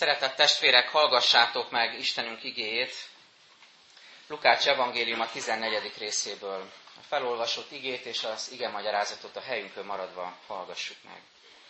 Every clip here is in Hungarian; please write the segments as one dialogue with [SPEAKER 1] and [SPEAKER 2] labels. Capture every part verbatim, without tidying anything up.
[SPEAKER 1] Szeretett testvérek, hallgassátok meg Istenünk igéjét, Lukács evangéliuma tizennegyedik részéből. A felolvasott igét és az igemagyarázatot a helyünkön maradva hallgassuk meg.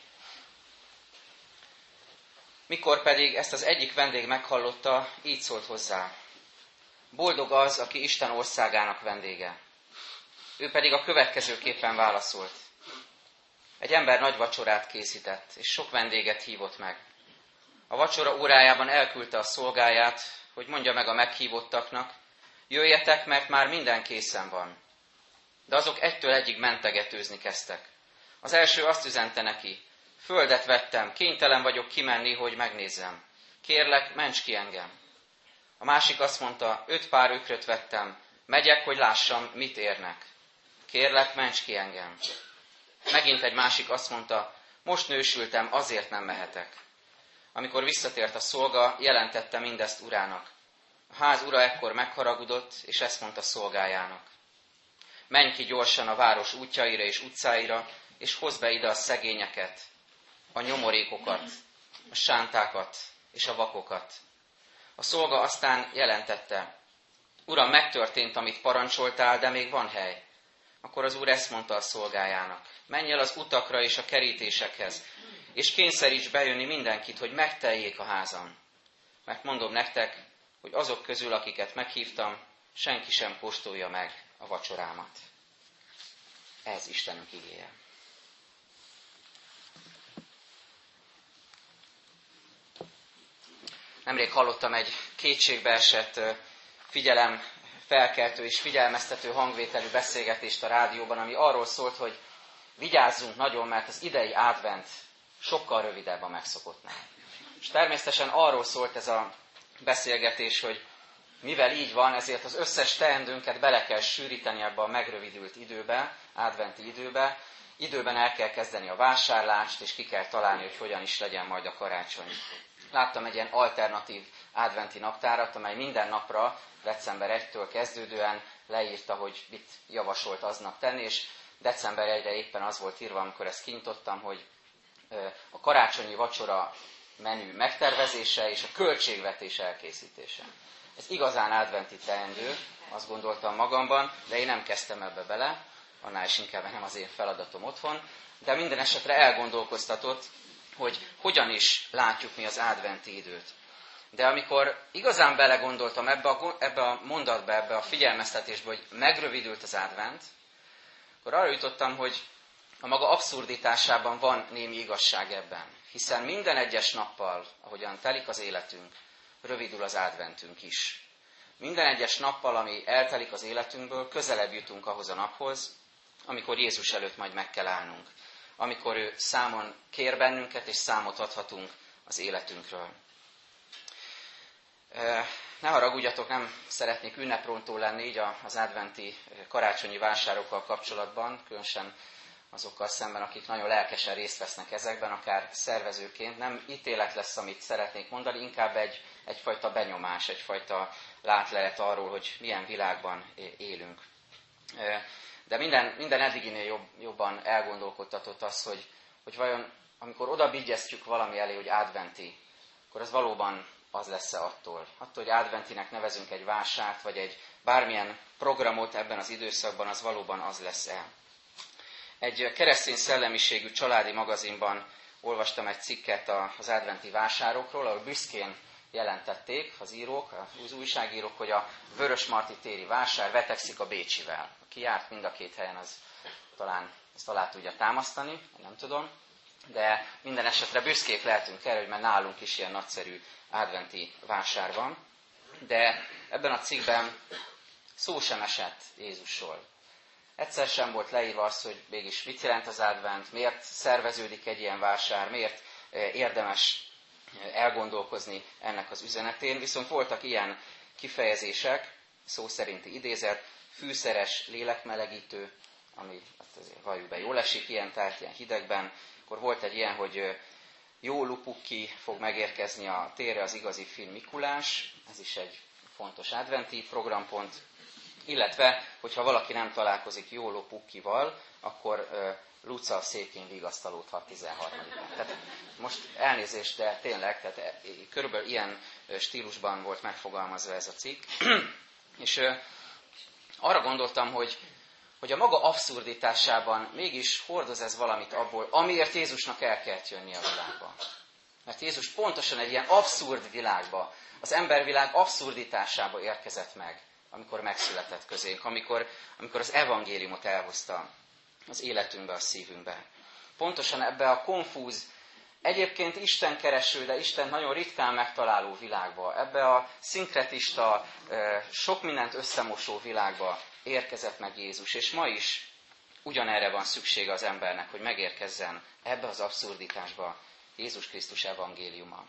[SPEAKER 1] Mikor pedig ezt az egyik vendég meghallotta, így szólt hozzá: boldog az, aki Isten országának vendége. Ő pedig a következőképpen válaszolt: egy ember nagy vacsorát készített, és sok vendéget hívott meg. A vacsora órájában elküldte a szolgáját, hogy mondja meg a meghívottaknak: jöjjetek, mert már minden készen van. De azok egytől egyig mentegetőzni kezdtek. Az első azt üzente neki: földet vettem, kénytelen vagyok kimenni, hogy megnézzem. Kérlek, ments ki engem. A másik azt mondta: öt pár ökröt vettem, megyek, hogy lássam, mit érnek. Kérlek, ments ki engem. Megint egy másik azt mondta: most nősültem, azért nem mehetek. Amikor visszatért a szolga, jelentette mindezt urának. A ház ura ekkor megharagudott, és ezt mondta szolgájának: menj ki gyorsan a város útjaira és utcáira, és hozd be ide a szegényeket, a nyomorékokat, a sántákat és a vakokat. A szolga aztán jelentette: uram, megtörtént, amit parancsoltál, de még van hely. Akkor az úr ezt mondta a szolgájának: menj el az utakra és a kerítésekhez, és kényszeríts bejönni mindenkit, hogy megteljék a házam. Mert mondom nektek, hogy azok közül, akiket meghívtam, senki sem kóstolja meg a vacsorámat. Ez Istenünk igéje. Nemrég hallottam egy kétségbeesett, figyelem felkeltő és figyelmeztető hangvételű beszélgetést a rádióban, ami arról szólt, hogy vigyázzunk nagyon, mert az idei advent sokkal rövidebb a megszokottnál. És természetesen arról szólt ez a beszélgetés, hogy mivel így van, ezért az összes teendőnket bele kell sűríteni ebbe a megrövidült időbe, adventi időbe. Időben el kell kezdeni a vásárlást, és ki kell találni, hogy hogyan is legyen majd a karácsony. Láttam egy ilyen alternatív adventi naptárat, amely minden napra december elsejétől kezdődően leírta, hogy mit javasolt aznap tenni, és december elsejére éppen az volt írva, amikor ezt kinyitottam, hogy a karácsonyi vacsora menü megtervezése és a költségvetés elkészítése. Ez igazán adventi teendő, azt gondoltam magamban, de én nem kezdtem ebbe bele, annál is inkább nem az én feladatom otthon, de minden esetre elgondolkoztatott, hogy hogyan is látjuk mi az adventi időt. De amikor igazán belegondoltam ebbe a, ebbe a mondatba, ebbe a figyelmeztetésbe, hogy megrövidült az advent, akkor arra jutottam, hogy a maga abszurditásában van némi igazság ebben. Hiszen minden egyes nappal, ahogyan telik az életünk, rövidül az adventünk is. Minden egyes nappal, ami eltelik az életünkből, közelebb jutunk ahhoz a naphoz, amikor Jézus előtt majd meg kell állnunk. Amikor ő számon kér bennünket, és számot adhatunk az életünkről. Ne haragudjatok, nem szeretnék ünneprontó lenni így az adventi karácsonyi vásárokkal kapcsolatban, különösen azokkal szemben, akik nagyon lelkesen részt vesznek ezekben, akár szervezőként. Nem ítélet lesz, amit szeretnék mondani, inkább egy, egyfajta benyomás, egyfajta látlelet arról, hogy milyen világban élünk. De minden, minden eddiginél jobb, jobban elgondolkodtatott az, hogy, hogy vajon amikor oda vigyeztjük valami elé, hogy adventi, akkor az valóban az lesz-e attól. Attól, hogy adventinek nevezünk egy vásárt, vagy egy bármilyen programot ebben az időszakban, az valóban az lesz-e. Egy keresztény szellemiségű családi magazinban olvastam egy cikket az adventi vásárokról, ahol büszkén jelentették az írók, az újságírók, hogy a Vörösmarty téri vásár vetekszik a bécsivel. Aki járt mind a két helyen, az talán ezt alá tudja támasztani, nem tudom, de minden esetre büszkék lehetünk erre, hogy már nálunk is ilyen nagyszerű adventi vásár van. De ebben a cikkben szó sem esett Jézusról. Egyszer sem volt leírva az, hogy mégis mit jelent az advent, miért szerveződik egy ilyen vásár, miért érdemes elgondolkozni ennek az üzenetén. Viszont voltak ilyen kifejezések, szó szerinti idézet, fűszeres lélekmelegítő, ami hát azért valljuk be, jól esik ilyen, tehát ilyen hidegben. Akkor volt egy ilyen, hogy jó lupukki fog megérkezni a térre az igazi Finn Mikulás, ez is egy fontos adventi programpont. Illetve, hogyha valaki nem találkozik Jóló Pukkival, akkor Luca székén vigasztalódhat tizenharmadikán. Tehát most elnézést, de tényleg, tehát körülbelül ilyen stílusban volt megfogalmazva ez a cikk. És arra gondoltam, hogy, hogy a maga abszurditásában mégis hordoz ez valamit abból, amiért Jézusnak el kellett jönni a világba. Mert Jézus pontosan egy ilyen abszurd világba, az embervilág abszurditásába érkezett meg, amikor megszületett közénk, amikor, amikor az evangéliumot elhozta az életünkbe, a szívünkbe. Pontosan ebbe a konfúz, egyébként Isten kereső, de Isten nagyon ritkán megtaláló világba, ebbe a szinkretista, sok mindent összemosó világba érkezett meg Jézus. És ma is ugyanerre van szüksége az embernek, hogy megérkezzen ebbe az abszurditásba Jézus Krisztus evangéliuma.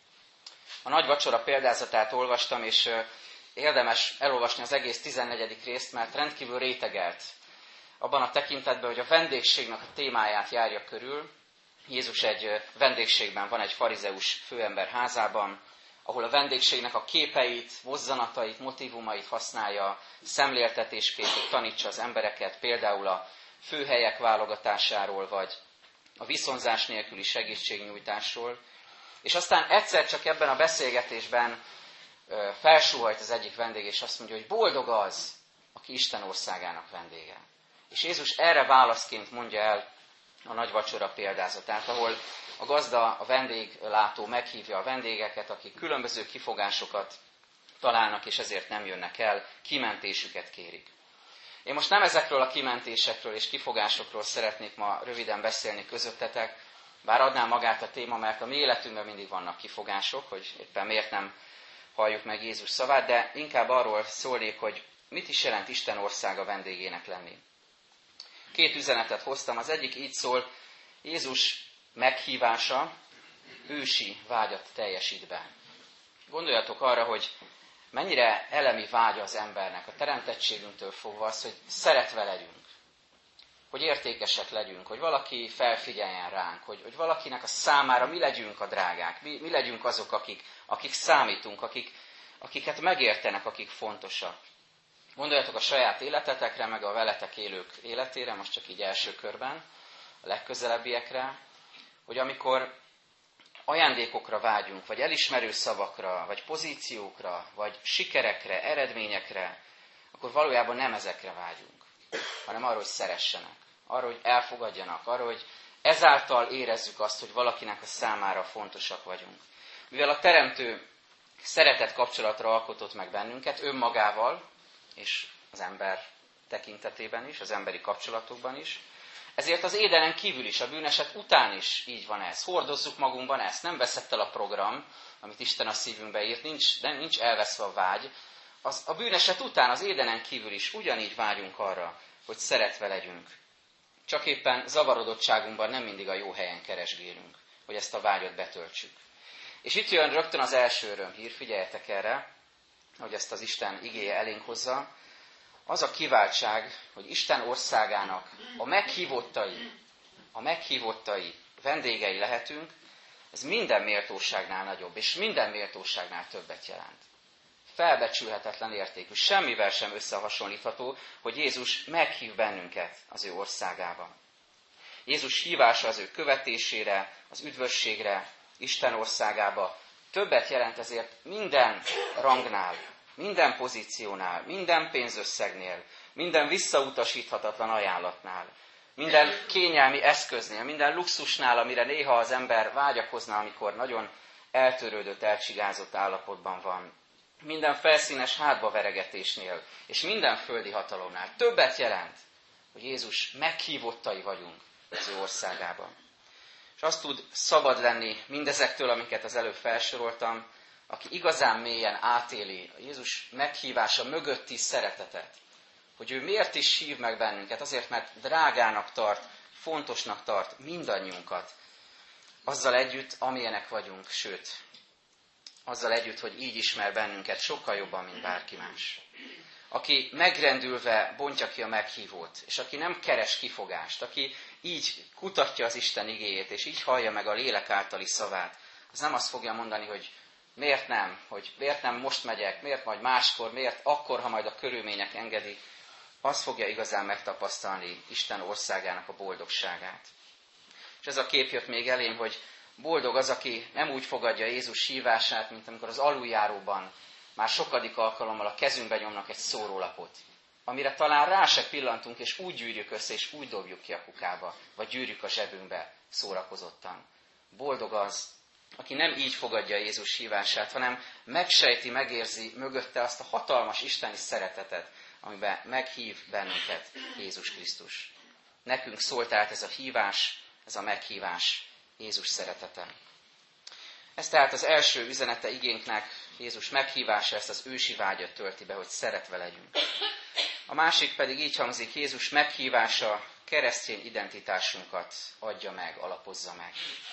[SPEAKER 1] A nagy vacsora példázatát olvastam, és érdemes elolvasni az egész tizennegyedik részt, mert rendkívül rétegelt abban a tekintetben, hogy a vendégségnek a témáját járja körül. Jézus egy vendégségben van, egy farizeus főember házában, ahol a vendégségnek a képeit, mozzanatait, motivumait használja, szemléltetésképpen tanítsa az embereket, például a főhelyek válogatásáról, vagy a viszonzás nélküli segítségnyújtásról. És aztán egyszer csak ebben a beszélgetésben felsóhajt az egyik vendég, és azt mondja, hogy boldog az, aki Isten országának vendége. És Jézus erre válaszként mondja el a nagy vacsora példázatát, ahol a gazda, a vendéglátó meghívja a vendégeket, akik különböző kifogásokat találnak, és ezért nem jönnek el, kimentésüket kérik. Én most nem ezekről a kimentésekről és kifogásokról szeretnék ma röviden beszélni közöttetek, bár adnám magát a téma, mert a mi életünkben mindig vannak kifogások, hogy éppen miért nem halljuk meg Jézus szavát, de inkább arról szólnék, hogy mit is jelent Isten országa vendégének lenni. Két üzenetet hoztam, az egyik így szól, Jézus meghívása ősi vágyat teljesít be. Gondoljatok arra, hogy mennyire elemi vágya az embernek, a teremtettségünktől fogva az, hogy szeretve legyünk, hogy értékesek legyünk, hogy valaki felfigyeljen ránk, hogy, hogy valakinek a számára mi legyünk a drágák, mi, mi legyünk azok, akik, akik számítunk, akik, akiket megértenek, akik fontosak. Gondoljatok a saját életetekre, meg a veletek élők életére, most csak így első körben, a legközelebbiekre, hogy amikor ajándékokra vágyunk, vagy elismerő szavakra, vagy pozíciókra, vagy sikerekre, eredményekre, akkor valójában nem ezekre vágyunk, hanem arra, hogy szeressenek, arra, hogy elfogadjanak, arra, hogy ezáltal érezzük azt, hogy valakinek a számára fontosak vagyunk. Mivel a Teremtő szeretet kapcsolatra alkotott meg bennünket, önmagával, és az ember tekintetében is, az emberi kapcsolatokban is, ezért az édenen kívül is, a bűneset után is így van ez. Hordozzuk magunkban ezt, nem veszett el a program, amit Isten a szívünkbe írt, nincs, de nincs elveszve a vágy. Az, a bűneset után, az édenen kívül is ugyanígy vágyunk arra, hogy szeretve legyünk. Csak éppen zavarodottságunkban nem mindig a jó helyen keresgélünk, hogy ezt a vágyat betöltsük. És itt jön rögtön az első örömhír, figyeljetek erre, hogy ezt az Isten igéje elénk hozza. Az a kiváltság, hogy Isten országának a meghívottai, a meghívottai vendégei lehetünk, ez minden méltóságnál nagyobb, és minden méltóságnál többet jelent. Felbecsülhetetlen értékű, semmivel sem összehasonlítható, hogy Jézus meghív bennünket az ő országába. Jézus hívása az ő követésére, az üdvösségre, Isten országába többet jelent ezért minden rangnál, minden pozíciónál, minden pénzösszegnél, minden visszautasíthatatlan ajánlatnál, minden kényelmi eszköznél, minden luxusnál, amire néha az ember vágyakozna, amikor nagyon eltörődött, elcsigázott állapotban van. Minden felszínes hátbaveregetésnél, és minden földi hatalomnál többet jelent, hogy Jézus meghívottai vagyunk az ő országában. És azt tud szabad lenni mindezektől, amiket az előbb felsoroltam, aki igazán mélyen átéli a Jézus meghívása mögötti szeretetet, hogy ő miért is hív meg bennünket, azért, mert drágának tart, fontosnak tart mindannyiunkat, azzal együtt, amilyenek vagyunk, sőt, azzal együtt, hogy így ismer bennünket sokkal jobban, mint bárki más. Aki megrendülve bontja ki a meghívót, és aki nem keres kifogást, aki így kutatja az Isten igéjét, és így hallja meg a lélek általi szavát, az nem azt fogja mondani, hogy miért nem, hogy miért nem most megyek, miért majd máskor, miért akkor, ha majd a körülmények engedik, az fogja igazán megtapasztalni Isten országának a boldogságát. És ez a kép jött még elém, hogy boldog az, aki nem úgy fogadja Jézus hívását, mint amikor az aluljáróban már sokadik alkalommal a kezünkbe nyomnak egy szórólapot, amire talán rá se pillantunk, és úgy gyűrjük össze, és úgy dobjuk ki a kukába, vagy gyűrjük a zsebünkbe szórakozottan. Boldog az, aki nem így fogadja Jézus hívását, hanem megsejti, megérzi mögötte azt a hatalmas isteni szeretetet, amiben meghív bennünket Jézus Krisztus. Nekünk szólt át ez a hívás, ez a meghívás, Jézus szeretete. Ez tehát az első üzenete igénknek, Jézus meghívása, ezt az ősi vágyat tölti be, hogy szeretve legyünk. A másik pedig így hangzik, Jézus meghívása keresztény identitásunkat adja meg, alapozza meg.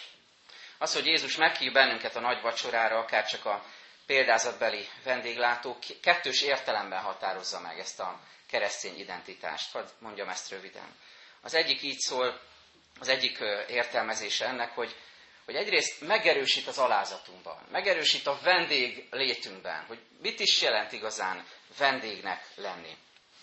[SPEAKER 1] Az, hogy Jézus meghív bennünket a nagy vacsorára, akár csak a példázatbeli vendéglátó, kettős értelemben határozza meg ezt a keresztény identitást. Hadd mondjam ezt röviden. Az egyik így szól, az egyik értelmezése ennek, hogy, hogy egyrészt megerősít az alázatunkban, megerősít a vendég létünkben, hogy mit is jelent igazán vendégnek lenni.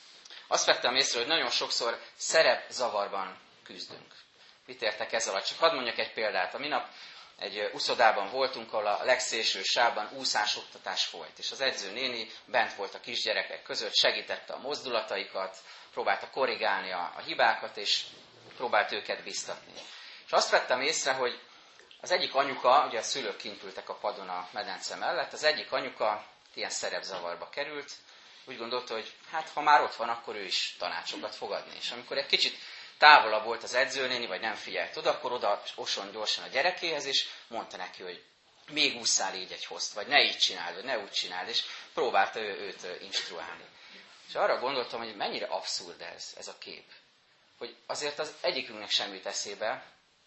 [SPEAKER 1] Azt vettem észre, hogy nagyon sokszor szerepzavarban küzdünk. Mit értek ezzel alatt? Csak hadd mondjak egy példát. A minap egy uszodában voltunk, ahol a legszélső sávban úszásoktatás folyt, és az edző néni bent volt a kisgyerekek között, segítette a mozdulataikat, próbálta korrigálni a, a hibákat, és próbált őket biztatni. És azt vettem észre, hogy az egyik anyuka, ugye a szülők kint ültek a padon a medence mellett, az egyik anyuka ilyen szerepzavarba került, úgy gondolta, hogy hát ha már ott van, akkor ő is tanácsokat fog adni. És amikor egy kicsit távolabb volt az edzőnéni, vagy nem figyelt oda, akkor oda oson gyorsan a gyerekéhez, és mondta neki, hogy még ússzál így egy hozt, vagy ne így csináld, vagy ne úgy csináld, és próbálta ő, őt instruálni. És arra gondoltam, hogy mennyire abszurd ez, ez a kép. Hogy azért az egyikünknek sem jut eszébe,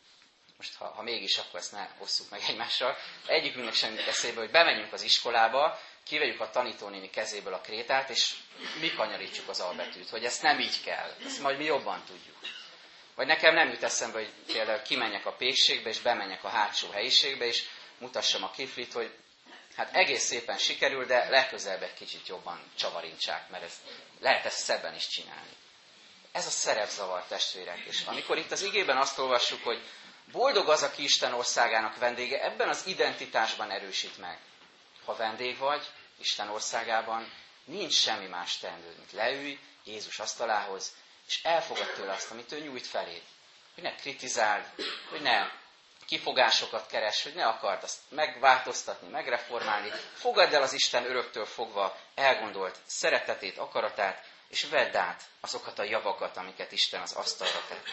[SPEAKER 1] most ha, ha mégis, akkor ezt ne osszuk meg egymással, egyikünknek sem jut eszébe, hogy bemenjünk az iskolába, kivegyük a tanítónéni kezéből a krétát, és mi kanyarítsuk az albetűt, hogy ezt nem így kell, ezt majd mi jobban tudjuk. Vagy nekem nem jut eszembe, hogy például kimenjek a pékségbe, és bemenjek a hátsó helyiségbe, és mutassam a kiflit, hogy hát egész szépen sikerül, de legközelebb egy kicsit jobban csavarintsák, mert ezt, lehet ezt szebben is csinálni. Ez a szerepzavar, testvérek. És amikor itt az igében azt olvassuk, hogy boldog az, aki Isten országának vendége, ebben az identitásban erősít meg. Ha vendég vagy Isten országában, nincs semmi más teendőd, mint leülj Jézus asztalához, és elfogad tőle azt, amit ő nyújt feléd. Hogy ne kritizáld, hogy ne kifogásokat keres, hogy ne akard azt megváltoztatni, megreformálni. Fogadd el az Isten öröktől fogva elgondolt szeretetét, akaratát, és vedd át azokat a javakat, amiket Isten az asztalra tett.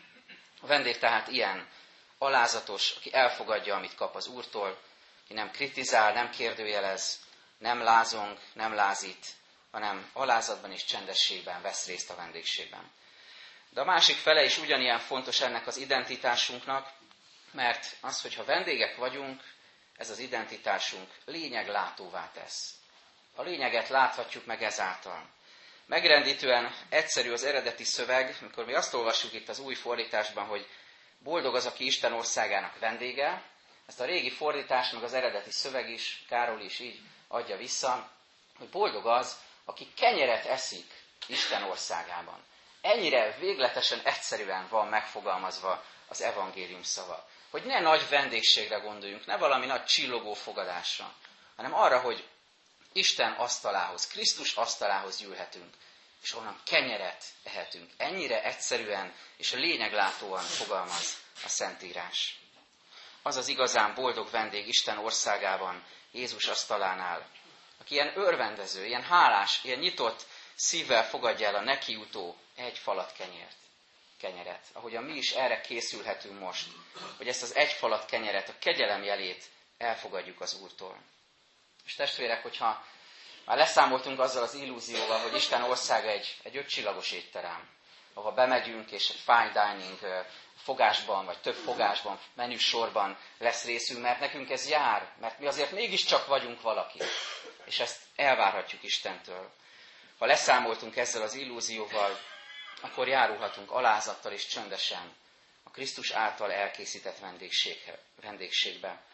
[SPEAKER 1] A vendég tehát ilyen alázatos, aki elfogadja, amit kap az Úrtól, aki nem kritizál, nem kérdőjelez, nem lázong, nem lázít, hanem alázatban és csendességben vesz részt a vendégségben. De a másik fele is ugyanilyen fontos ennek az identitásunknak, mert az, hogyha vendégek vagyunk, ez az identitásunk lényeglátóvá tesz. A lényeget láthatjuk meg ezáltal. Megrendítően egyszerű az eredeti szöveg, amikor mi azt olvassuk itt az új fordításban, hogy boldog az, aki Isten országának vendége. Ezt a régi fordítás, meg az eredeti szöveg is, Károly is így adja vissza, hogy boldog az, aki kenyeret eszik Isten országában. Ennyire végletesen egyszerűen van megfogalmazva az evangélium szava. Hogy ne nagy vendégségre gondoljunk, ne valami nagy csillogó fogadásra, hanem arra, hogy Isten asztalához, Krisztus asztalához ülhetünk, és onnan kenyeret ehetünk. Ennyire egyszerűen és lényeglátóan fogalmaz a Szentírás. Az az igazán boldog vendég Isten országában, Jézus asztalánál, aki ilyen örvendező, ilyen hálás, ilyen nyitott szívvel fogadja el a nekiutó egy falat kenyért, kenyeret. Ahogyan mi is erre készülhetünk most, hogy ezt az egy falat kenyeret, a kegyelem jelét elfogadjuk az Úrtól. És testvérek, hogyha már leszámoltunk azzal az illúzióval, hogy Isten országa egy, egy ötcsillagos étterem, ahova bemegyünk, és egy fine dining fogásban, vagy több fogásban, menüsorban lesz részünk, mert nekünk ez jár, mert mi azért mégiscsak vagyunk valaki, és ezt elvárhatjuk Istentől. Ha leszámoltunk ezzel az illúzióval, akkor járulhatunk alázattal és csöndesen a Krisztus által elkészített vendégségbe.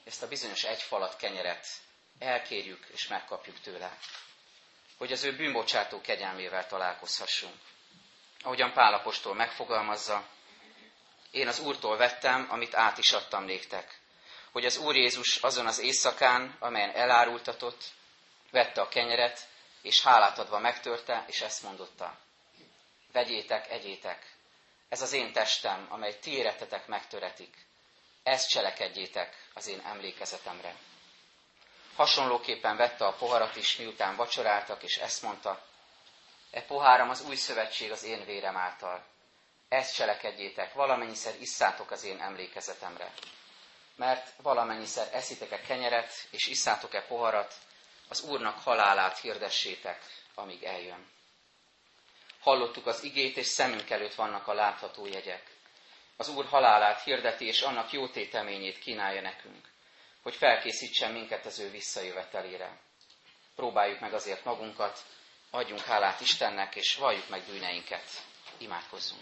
[SPEAKER 1] ezt a bizonyos egy falat kenyeret elkérjük és megkapjuk tőle. Hogy az ő bűnbocsátó kegyelmével találkozhassunk. Ahogyan Pál apostol megfogalmazza, én az Úrtól vettem, amit át is adtam néktek. Hogy az Úr Jézus azon az éjszakán, amelyen elárultatott, vette a kenyeret, és hálát adva megtörte, és ezt mondotta. Vegyétek, egyétek, ez az én testem, amely ti érettetek megtöretik. Ezt cselekedjétek az én emlékezetemre. Hasonlóképpen vette a poharat is, miután vacsoráltak, és ezt mondta, e poháram az új szövetség az én vérem által. Ezt cselekedjétek, valamennyiszer isszátok az én emlékezetemre. Mert valamennyiszer eszitek-e kenyeret, és isszátok-e poharat, az Úrnak halálát hirdessétek, amíg eljön. Hallottuk az igét, és szemünk előtt vannak a látható jegyek. Az Úr halálát hirdeti, és annak jó téteményét kínálja nekünk, hogy felkészítsen minket az ő visszajövetelére. Próbáljuk meg azért magunkat, adjunk hálát Istennek, és valljuk meg bűneinket. Imádkozzunk.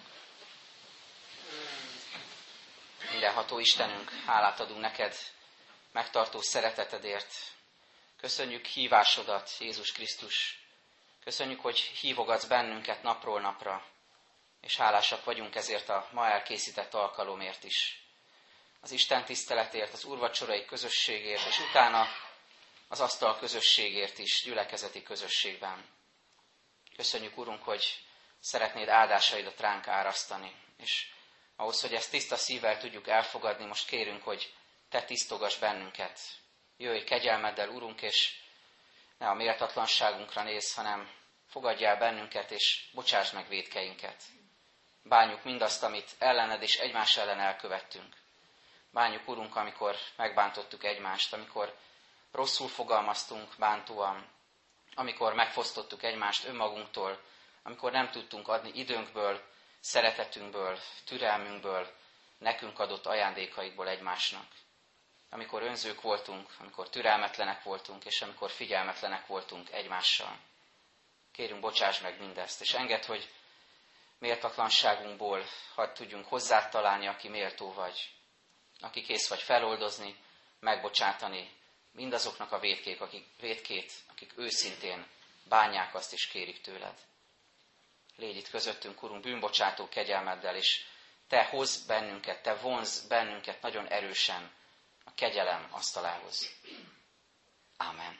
[SPEAKER 1] Mindenható Istenünk, hálát adunk neked megtartó szeretetedért. Köszönjük hívásodat, Jézus Krisztus. Köszönjük, hogy hívogatsz bennünket napról napra, és hálásak vagyunk ezért a ma elkészített alkalomért is. Az Isten tiszteletért, az úrvacsorai közösségért, és utána az asztal közösségért is, gyülekezeti közösségben. Köszönjük, Urunk, hogy szeretnéd áldásaidat ránk árasztani, és ahhoz, hogy ezt tiszta szívvel tudjuk elfogadni, most kérünk, hogy te tisztogass bennünket. Jöjj kegyelmeddel, Urunk, és ne a méltatlanságunkra nézz, hanem fogadj el bennünket, és bocsáss meg vétkeinket. Bánjuk mindazt, amit ellened és egymás ellen elkövettünk. Bánjuk, Urunk, amikor megbántottuk egymást, amikor rosszul fogalmaztunk bántóan, amikor megfosztottuk egymást önmagunktól, amikor nem tudtunk adni időnkből, szeretetünkből, türelmünkből, nekünk adott ajándékaikból egymásnak. Amikor önzők voltunk, amikor türelmetlenek voltunk, és amikor figyelmetlenek voltunk egymással. Kérünk, bocsáss meg mindezt, és engedd, hogy méltatlanságunkból hadd tudjunk hozzád találni, aki méltó vagy, aki kész vagy feloldozni, megbocsátani mindazoknak a vétkék, akik, vétkét, akik őszintén bánják azt és kérik tőled. Légy itt közöttünk, Urunk, bűnbocsátó kegyelmeddel, és te hozz bennünket, te vonzz bennünket nagyon erősen a kegyelem asztalához. Ámen.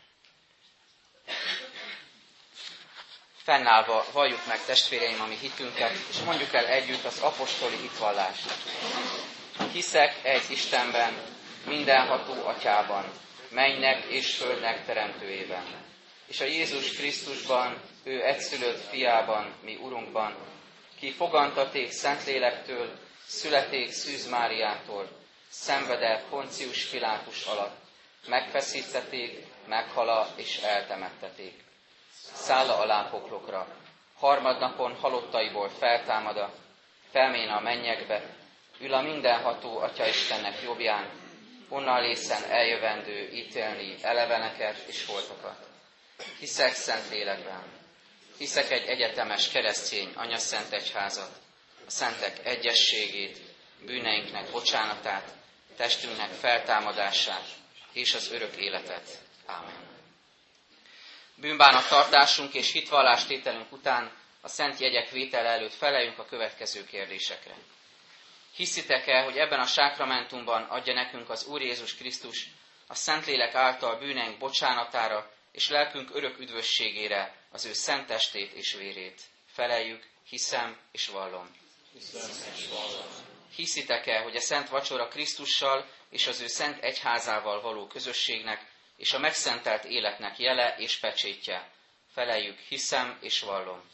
[SPEAKER 1] Fennállva valljuk meg, testvéreim, a mi hitünket, és mondjuk el együtt az apostoli hitvallást. Hiszek egy Istenben, mindenható Atyában, mennynek és földnek teremtőjében, és a Jézus Krisztusban, ő egyszülött fiában, mi Urunkban, ki fogantaték Szentlélektől, születék Szűz Máriától, szenvedett Poncius Pilátus alatt, megfeszítették, meghala és eltemetteték. Szálla alá poklokra, harmadnapon halottaiból feltámada, felmén a mennyekbe, ül a mindenható Atya Istennek jobbján, onnan lészen eljövendő ítélni eleveneket és holtokat. Hiszek Szentlélekben, hiszek egy egyetemes keresztény anyaszent egyházat, a szentek egyességét, bűneinknek bocsánatát, testünknek feltámadását és az örök életet. Ámen. Bűnbánattartásunk és hitvallástételünk után a szent jegyek vétele előtt feleljünk a következő kérdésekre. Hiszitek-e, hogy ebben a sákramentumban adja nekünk az Úr Jézus Krisztus a Szentlélek által bűneink bocsánatára és lelkünk örök üdvösségére az ő szent testét és vérét? Feleljük, hiszem és vallom. Hiszitek-e, hogy a szent vacsora Krisztussal és az ő szent egyházával való közösségnek és a megszentelt életnek jele és pecsétje? Feleljük, hiszem és vallom.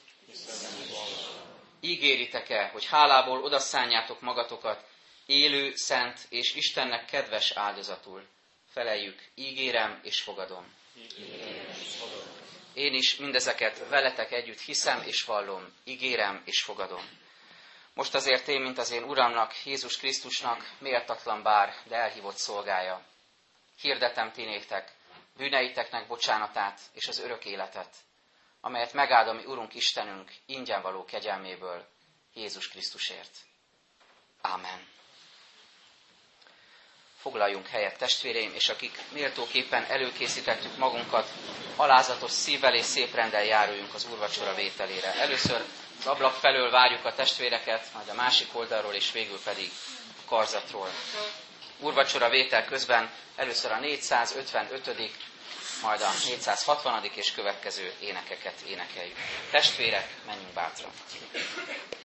[SPEAKER 1] Ígéritek-e, hogy hálából odaszánjátok magatokat élő, szent és Istennek kedves áldozatul? Feleljük, ígérem és fogadom. Én is mindezeket veletek együtt hiszem és vallom, ígérem és fogadom. Most azért én, mint az én Uramnak, Jézus Krisztusnak, méltatlan bár, de elhívott szolgája. Hirdetem ti néktek, bűneiteknek bocsánatát és az örök életet, amelyet megáld a mi Urunk Istenünk ingyen való kegyelméből, Jézus Krisztusért. Ámen. foglaljunk helyet, testvéreim, és akik méltóképpen előkészítettük magunkat, alázatos szívvel és szép rendel járuljunk az úrvacsora vételére. Először az ablak felől várjuk a testvéreket, majd a másik oldalról, és végül pedig a karzatról. Úrvacsora vétel közben először a négyszázötvenötödik majd a négyszázhatvanadik és következő énekeket énekeljük. Testvérek, menjünk bátran!